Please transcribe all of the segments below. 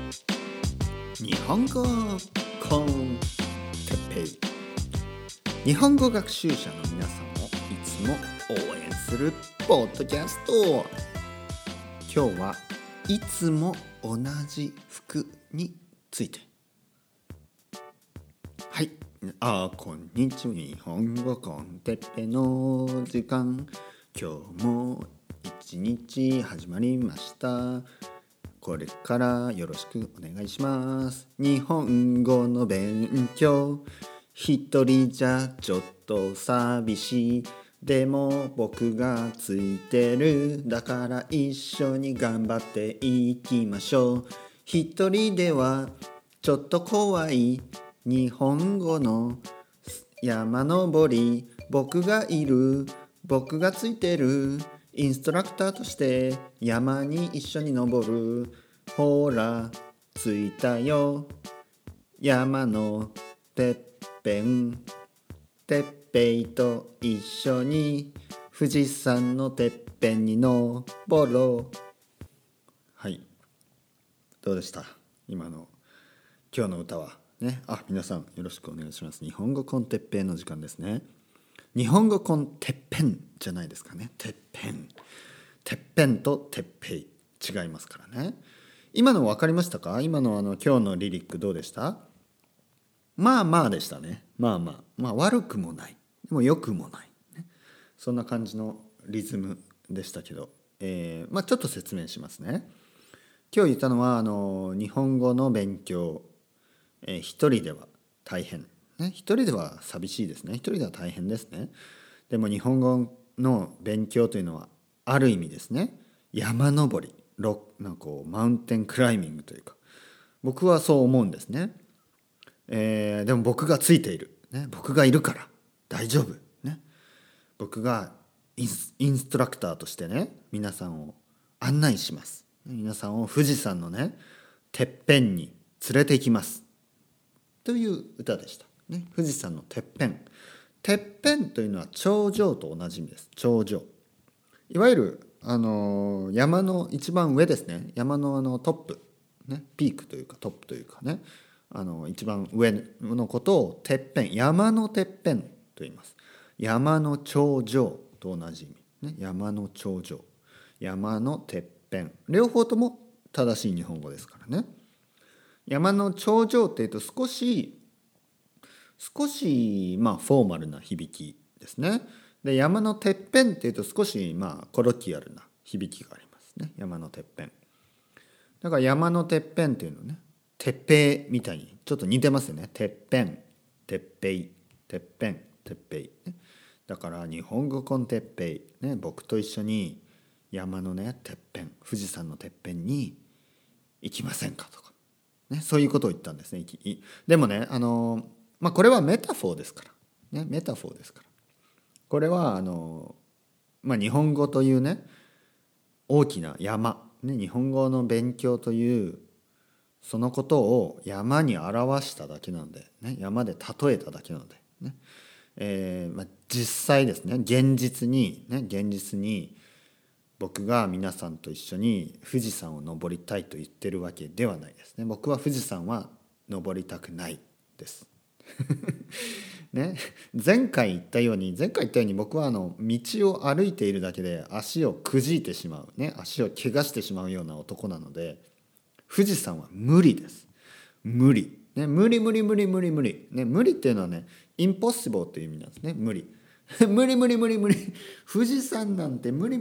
日本語コンテッペイ。日本語学習者の皆さんをいつも応援するポッドキャスト。今日はいつも同じ服について。はい、こんにちは。日本語コンテッペイの時間。今日も一日始まりました。これからよろしくお願いします。日本語の勉強、一人じゃちょっと寂しい。でも僕がついてる。だから一緒に頑張っていきましょう。一人ではちょっと怖い日本語の山登り。僕がいる。僕がついてる。インストラクターとして山に一緒に登る。ほら着いたよ。山のてっぺん。てっぺいと一緒に富士山のてっぺんに登ろう。はい、どうでした今日の歌はね。皆さんよろしくお願いします。日本語コンテッペイの時間ですね。日本語コンテッペンじゃないですかね。てっぺんとてっぺい違いますからね。今の分かりましたか？今の今日のリリックどうでした？まあでしたね。まあ悪くもない、でも良くもない、ね、そんな感じのリズムでしたけど、ちょっと説明しますね。今日言ったのは日本語の勉強、一人では大変、ね、一人では寂しいですね。一人では大変ですね。でも日本語の勉強というのはある意味ですね、山登り、なんかマウンテンクライミングというか、僕はそう思うんですね。でも僕がついている、ね、僕がいるから大丈夫、ね、僕がインストラクターとしてね、皆さんを案内します。皆さんを富士山のねてっぺんに連れて行きますという歌でした、ね、富士山のてっぺん。てっぺんというのは頂上と同じ意味です。頂上、いわゆる山の一番上ですね。山のトップ、ね、ピークというかトップというかね、一番上のことをてっぺん、山のてっぺんと言います。山の頂上と同じ意味、ね、山の頂上、山のてっぺん、両方とも正しい日本語ですからね。山の頂上っていうと少しフォーマルな響きですね。で、山のてっぺんっていうと少しコロキアルな響きがありますね。山のてっぺん。だから山のてっぺんっていうのね、てっぺいみたいにちょっと似てますよね。てっぺん、てっぺい、てっぺん、てっぺい、ね。だから日本語コンテッペイ、ね、僕と一緒に山のねてっぺん、富士山のてっぺんに行きませんかとか、ね、そういうことを言ったんですね。でもね、これはメタフォーですから、ね、メタフォーですから。これは日本語というね大きな山、ね、日本語の勉強というそのことを山に表しただけなので、ね、山で例えただけなので、ね、実際ですね、現実に僕が皆さんと一緒に富士山を登りたいと言ってるわけではないですね。僕は富士山は登りたくないですね、前回言ったように僕は道を歩いているだけで足をくじいてしまう、ね、足を怪我してしまうような男なので、富士山は無理です。無理、ね、無理、ね、無理っていうのはねインポッシブルという意味なんですね。無理無理富士山なんて無理、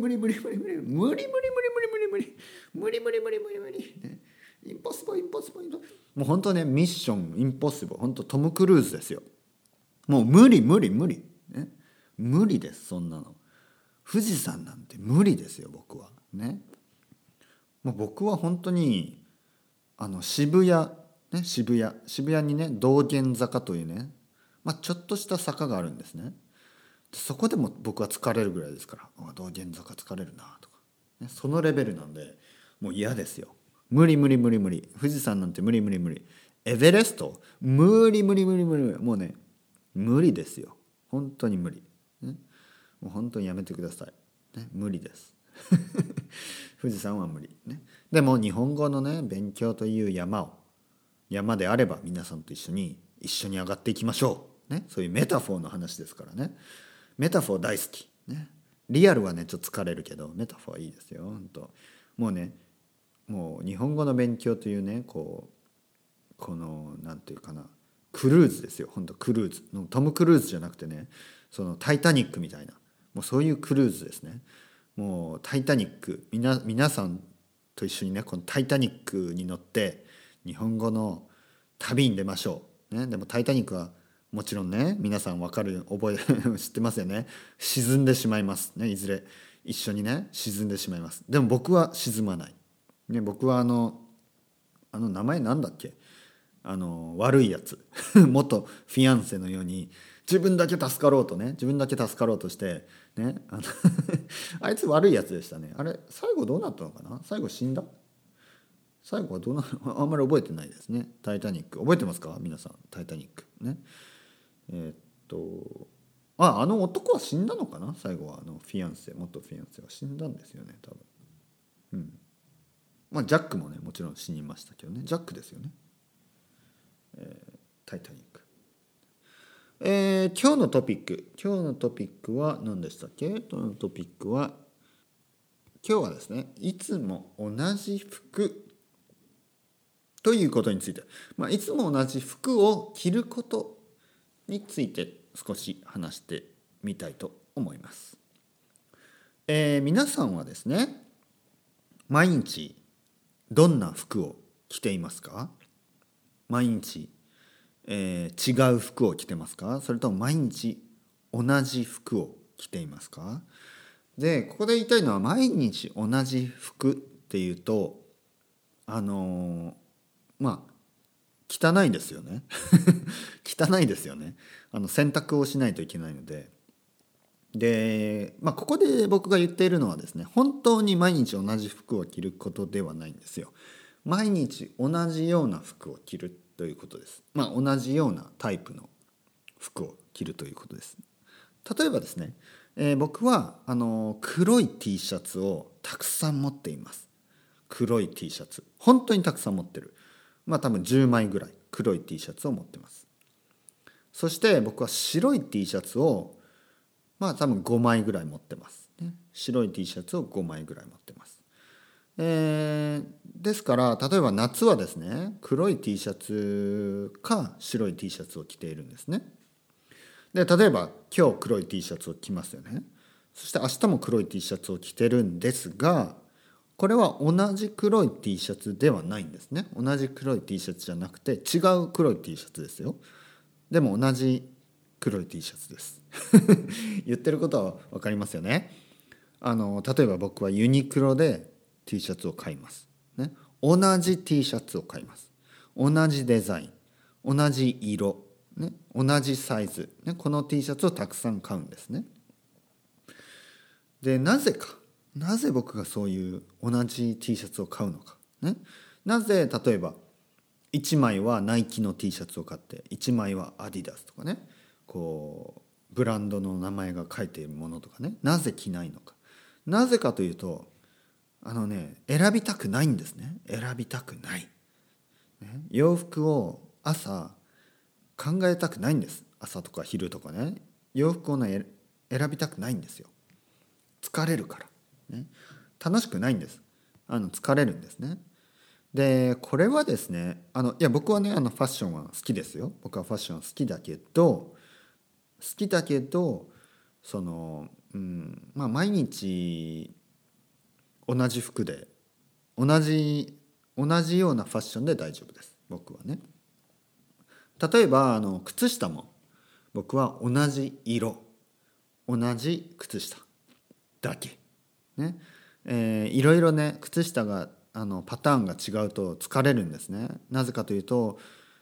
ね、インポッシブル、もう本当ね、ミッションインポッシブル、本当トム・クルーズですよ。もう無理、ね、無理です。そんなの富士山なんて無理ですよ。僕はね、もう僕は本当に渋谷にね道玄坂というね、ちょっとした坂があるんですね。そこでも僕は疲れるぐらいですから、道玄坂疲れるなとか、ね、そのレベルなんでもう嫌ですよ。無理、富士山なんて無理、エベレスト無理、もうね無理ですよ。本当に無理、ね、もう本当にやめてください、ね、無理です富士山は無理ね。でも日本語のね勉強という山であれば皆さんと一緒に上がっていきましょうね。そういうメタフォーの話ですからね。メタフォー大好きね。リアルはねちょっと疲れるけどメタフォーはいいですよ本当。もうねもう日本語の勉強というねこのなんていうかなクルーズですよ本当。クルーズのトム・クルーズじゃなくてねそのタイタニックみたいなもうそういうクルーズですね。もうタイタニック皆さんと一緒にねこのタイタニックに乗って日本語の旅に出ましょう、ね、でもタイタニックはもちろんね皆さん知ってますよね。沈んでしまいますね。いずれ一緒にね沈んでしまいます。でも僕は沈まない、ね、僕は名前なんだっけ悪いやつ元フィアンセのように自分だけ助かろうとしてねあいつ悪いやつでしたね。あれ最後どうなったのかな。最後死んだ。最後はどうなあんまり覚えてないですね。タイタニック覚えてますか皆さん。タイタニックね。えーっとあの男は死んだのかな。最後は元フィアンセは死んだんですよね多分。まあジャックもねもちろん死にましたけどね。ジャックですよね。タイタニック。今日のトピックは何でしたっけ。今日のトピックは今日はですねいつも同じ服ということについて、いつも同じ服を着ることについて少し話してみたいと思います。皆さんはですね毎日どんな服を着ていますか。毎日違う服を着てますか。それとも毎日同じ服を着ていますか。でここで言いたいのは毎日同じ服っていうと汚いですよね汚いですよね。洗濯をしないといけないので。ここで僕が言っているのはですね本当に毎日同じ服を着ることではないんですよ。毎日同じような服を着るということです。同じようなタイプの服を着るということです。例えばですね、僕は黒い T シャツをたくさん持っています。黒い T シャツ本当にたくさん持ってる。多分10枚ぐらい黒い T シャツを持ってます。そして僕は白い T シャツを多分5枚ぐらい持ってます、ね。白い T シャツを5枚ぐらい持ってます。ですから例えば夏はですね黒い T シャツか白い T シャツを着ているんですね。で例えば今日黒い T シャツを着ますよね。そして明日も黒い T シャツを着てるんですがこれは同じ黒い T シャツではないんですね。同じ黒い T シャツじゃなくて違う黒い T シャツですよ。でも同じ黒い T シャツです言ってることは分かりますよね。例えば僕はユニクロで T シャツを買います、ね、同じ T シャツを買います。同じデザイン同じ色、ね、同じサイズ、ね、この T シャツをたくさん買うんですね。でなぜ僕がそういう同じ T シャツを買うのか、ね、なぜ例えば1枚はナイキの T シャツを買って1枚はアディダスとかねブランドの名前が書いているものとかねなぜ着ないのか。なぜかというと選びたくないんですね。選びたくない、ね、洋服を朝考えたくないんです。朝とか昼とかね洋服を選びたくないんですよ。疲れるから、ね、楽しくないんです。疲れるんですね。でこれはですね僕はねファッションは好きですよ。僕はファッションは好きだけど毎日同じ服で同じようなファッションで大丈夫です。僕はね。例えば靴下も僕は同じ色同じ靴下だけね。いろいろね靴下がパターンが違うと疲れるんですね。なぜかというと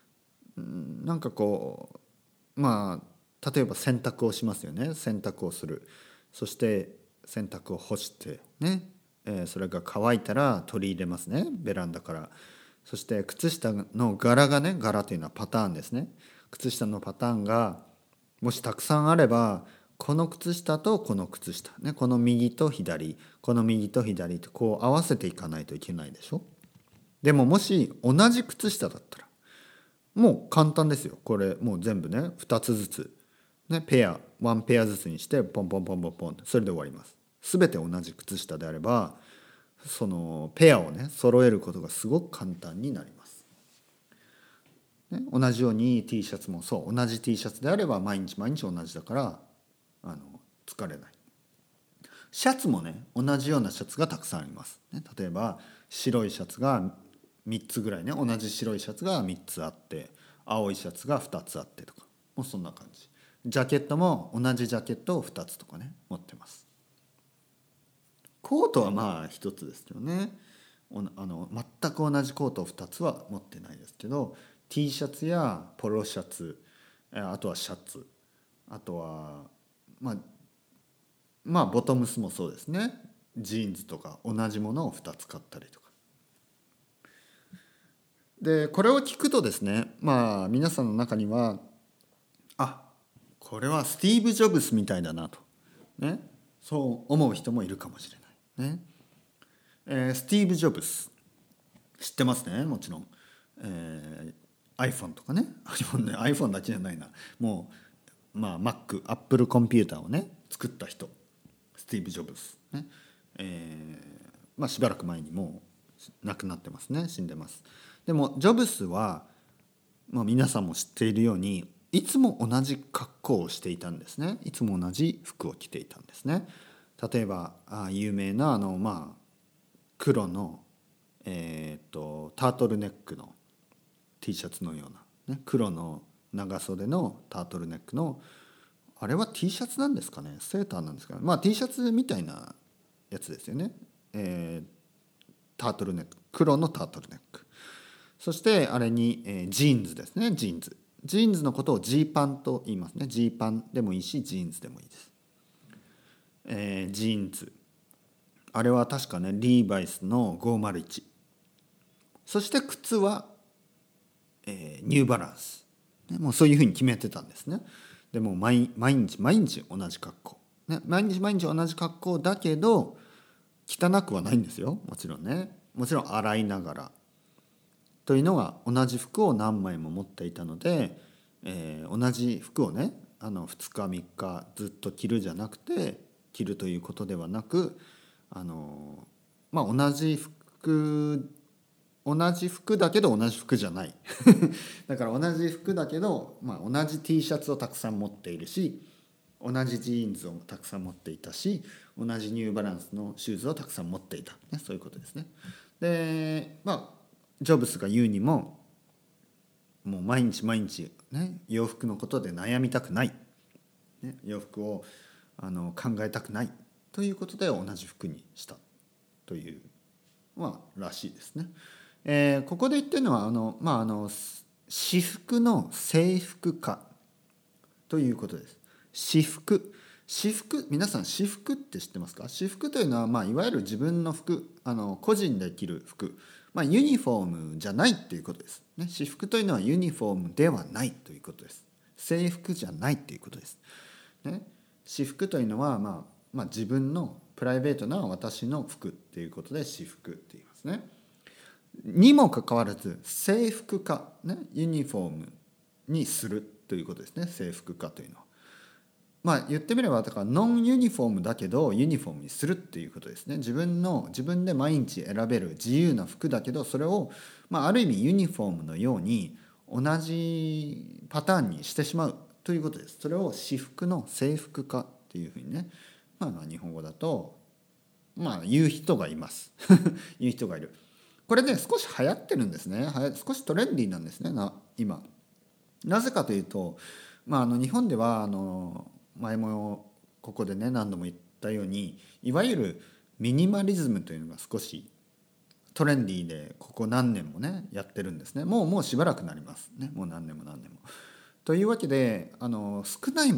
例えば洗濯をしますよね。洗濯をする。そして洗濯を干してね、それが乾いたら取り入れますねベランダから。そして靴下の柄がね柄というのはパターンですね。靴下のパターンがもしたくさんあればこの靴下とこの靴下、ね、この右と左、この右と左とこう合わせていかないといけないでしょ。でももし同じ靴下だったらもう簡単ですよ。これもう全部ね2つずつ、ね、ワンペアずつにしてポンポンポンポンポン、それで終わります。全て同じ靴下であればそのペアをね揃えることがすごく簡単になります。ね、同じように T シャツもそう、同じ T シャツであれば毎日毎日同じだから疲れない。シャツもね同じようなシャツがたくさんあります、ね、例えば白いシャツが3つぐらいね、同じ白いシャツが3つあって青いシャツが2つあってとか、もうそんな感じ。ジャケットも同じジャケットを2つとかね持ってます。コートはまあ1つですけどね、全く同じコートを2つは持ってないですけど、 T シャツやポロシャツ、あとはシャツ、あとはまあボトムスもそうですね、ジーンズとか同じものを2つ買ったりとかで、これを聞くとですね、まあ皆さんの中にはこれはスティーブ・ジョブスみたいだなと、ね、そう思う人もいるかもしれないね。スティーブ・ジョブス知ってますね、もちろん。iPhone とかね、iPhone だけじゃないな、もう、Mac、Apple コンピューターをね作った人、スティーブ・ジョブス、ねしばらく前にもう亡くなってますね、死んでます。でもジョブスは、皆さんも知っているようにいつも同じ格好をしていたんですね。いつも同じ服を着ていたんですね。例えば有名な黒の、タートルネックの T シャツのような、ね、黒の長袖のタートルネックの、あれは T シャツなんですかね、セーターなんですかね、T シャツみたいなやつですよね。タートルネック、黒のタートルネック、そしてあれに、ジーンズですね。ジーンズのことをジーパンと言いますね。ジーパンでもいいしジーンズでもいいです。ジーンズ、あれは確かねリーバイスの501、そして靴は、ニューバランス、ね、もうそういうふうに決めてたんですね。でも毎日毎日同じ格好、ね、毎日毎日同じ格好だけど汚くはないんですよ、もちろんね。もちろん洗いながらというのが、同じ服を何枚も持っていたので、同じ服をね2日3日ずっと着るじゃなくて、着るということではなく、同じ服だけど同じ服じゃないだから同じ服だけど、同じ T シャツをたくさん持っているし、同じジーンズをたくさん持っていたし、同じニューバランスのシューズをたくさん持っていた、ね、そういうことですね。でジョブスが言うにも、もう毎日毎日、ね、洋服のことで悩みたくない、ね、洋服を考えたくないということで同じ服にしたという、らしいですね。ここで言ってるのは私服の制服化ということです。私服、皆さん私服って知ってますか？私服というのは、いわゆる自分の服、個人で着る服、ユニフォームじゃないということです、ね。私服というのはユニフォームではないということです。制服じゃないということです、ね。私服というのは、自分のプライベートな私の服っていうことで私服って言いますね。にもかかわらず制服化、ね、ユニフォームにするということですね。制服化というのは、言ってみればだからノンユニフォームだけどユニフォームにするっていうことですね。自分で毎日選べる自由な服だけど、それを、ある意味ユニフォームのように同じパターンにしてしまうということです。それを私服の制服化っていうふうにね、日本語だと言う人がいます言う人がいる。これね少し流行ってるんですね。少しトレンディーなんですね、今。なぜかというと、日本では前もここでね何度も言ったように、いわゆるミニマリズムというのが少しトレンディーで、ここ何年もねやってるんですね。もうしばらくなりますね。もう何年も。というわけで少ない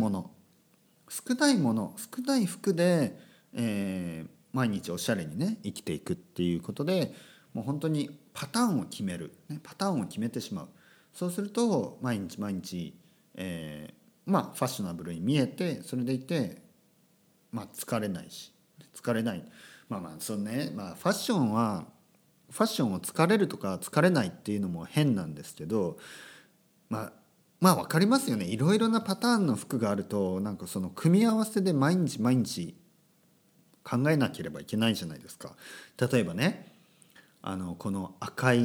服で、毎日おしゃれにね生きていくっていうことで、もう本当にパターンを決めてしまう。そうすると毎日毎日、 まあファッショナブルに見えて、それでいてまあ疲れないし、疲れない、まあまあそうね、まあファッションを疲れるとか疲れないっていうのも変なんですけど、まあ分かりますよね。いろいろなパターンの服があると、なんかその組み合わせで毎日毎日考えなければいけないじゃないですか。例えばね、この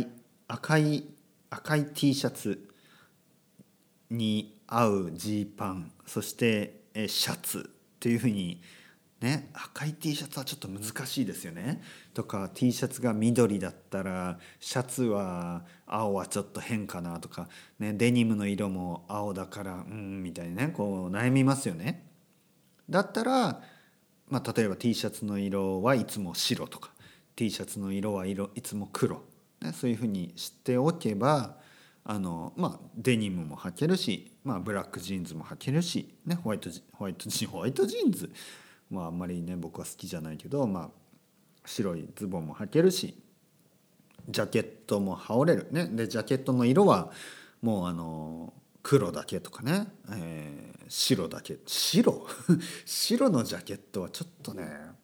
赤い T シャツに合うジーパン、そしてシャツっていうふうにね、赤い T シャツはちょっと難しいですよね。とか T シャツが緑だったらシャツは青はちょっと変かなとか、ね、デニムの色も青だからみたいなね、こう悩みますよね。だったら、まあ、例えば T シャツの色はいつも白とか T シャツの色はいつも黒、ね、そういうふうに知っておけばまあ、デニムも履けるし、まあ、ブラックジーンズも履けるし、ね、ホワイトジーンズ、まあ、あんまりね僕は好きじゃないけど、まあ、白いズボンも履けるし、ジャケットも羽織れる、ね、でジャケットの色はもう黒だけとかね、白だけ白のジャケットはちょっと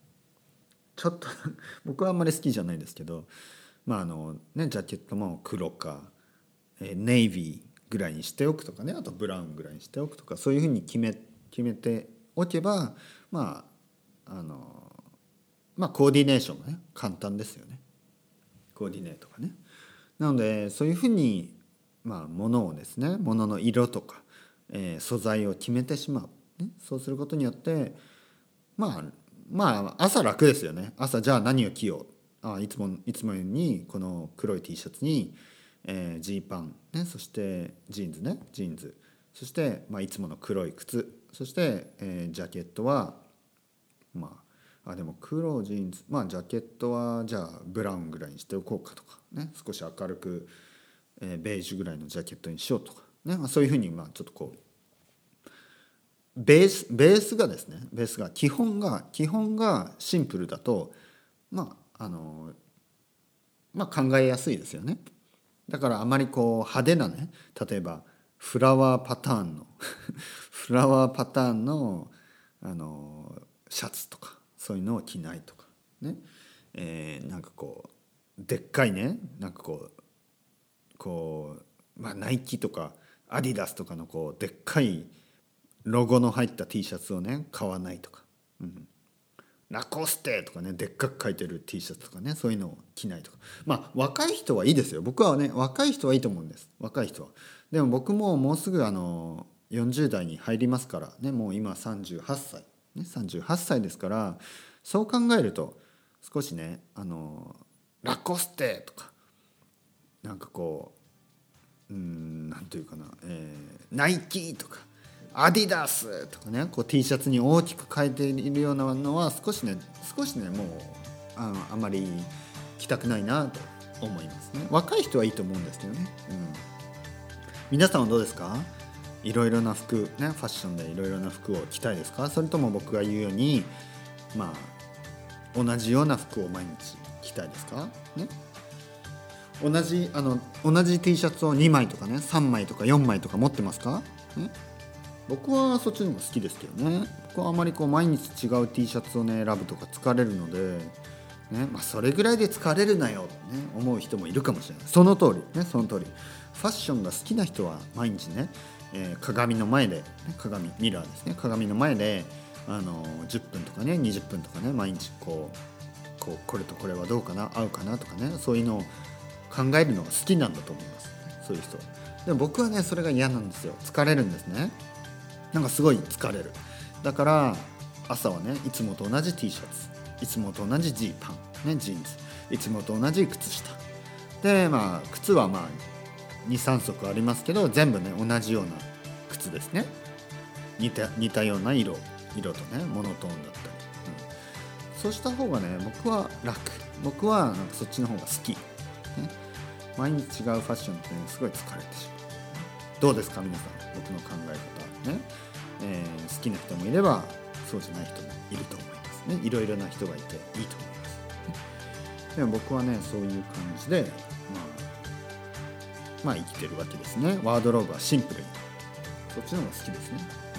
僕はあんまり好きじゃないですけど、まあね、ジャケットも黒かネイビーぐらいにしておくとかね、あとブラウンぐらいにしておくとか、そういうふうに決めておけば、まあまあコーディネーションがね簡単ですよね。コーディネートがね。なのでそういうふうにまあ物をですね、物の色とか、素材を決めてしまう、ね、そうすることによってまあ朝楽ですよね。朝じゃあ何を着よう、いつもようにこの黒い T シャツにジーパン、ね、そしてジーンズ、そして、まあ、いつもの黒い靴、そして、ジャケットはでも黒ジーンズ、まあジャケットはじゃあブラウンぐらいにしておこうかとかね、少し明るく、ベージュぐらいのジャケットにしようとかね、そういうふうにちょっとこうベースがですね、基本がシンプルだと考えやすいですよね。だからあまりこう派手なね、例えばフラワーパターンのシャツとかそういうのを着ないとかね、なんかこうでっかいね、なんかナイキとかアディダスとかのこうでっかいロゴの入った T シャツをね買わないとか、ラコステとかね、でっかく書いてる T シャツとかね、そういうのを着ないとか。まあ若い人はいいですよ。僕はね若い人はいいと思うんです。若い人は。でも僕ももうすぐ40代に入りますからね、もう今38歳ね、38歳ですから、そう考えると少しねラコステとかなんかこうなんていうかな、ナイキとかアディダスとかね、こう T シャツに大きく書いているようなのは少しねもうあまり着たくないなと思いますね。若い人はいいと思うんですけどね、皆さんはどうですか？いろいろな服ね、ファッションでいろいろな服を着たいですか？それとも僕が言うように同じような服を毎日着たいですかね。同じ T シャツを2枚とかね3枚とか4枚とか持ってますか、ね、僕はそっちの方が好きですけどね。僕はあまりこう毎日違う T シャツをね選ぶとか疲れるので、ね、それぐらいで疲れるなよって、ね、思う人もいるかもしれない。その通りファッションが好きな人は毎日ね、鏡の前で、ミラーですね、鏡の前で10分とかね20分とかね毎日これとこれはどうかな、合うかなとかね、そういうのを考えるのが好きなんだと思います、そういう人。でも僕はねそれが嫌なんですよ。疲れるんですね。なんかすごい疲れる。だから朝はねいつもと同じ T シャツ、いつもと同じジーパン、ね、ジーンズ、いつもと同じ靴下で、靴は2、3足ありますけど全部ね同じような靴ですね。似たような色とねモノトーンだったり、そうした方がね僕はなんかそっちの方が好き、ね、毎日違うファッションって、ね、すごい疲れてしまう。どうですか皆さん、僕の考え方ね、好きな人もいればそうじゃない人もいると思いますね。いろいろな人がいていいと思います。でも僕はねそういう感じで生きてるわけですね。ワードローブはシンプルにそっちの方が好きですね。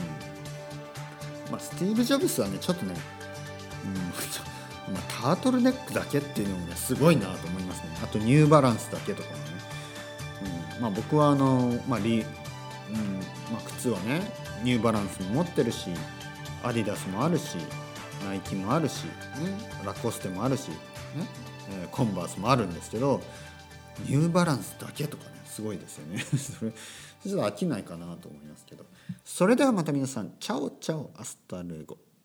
スティーブ・ジョブスはねちょっとね、タートルネックだけっていうのもねすごいなと思いますね。あとニューバランスだけとかもね、僕は靴はねニューバランスも持ってるし、アディダスもあるし、ナイキもあるし、ラコステもあるし、コンバースもあるんですけど、ニューバランスだけとかねすごいですよねそれちょっと飽きないかなと思いますけど。それではまた皆さん、チャオチャオ、アスタルエゴ。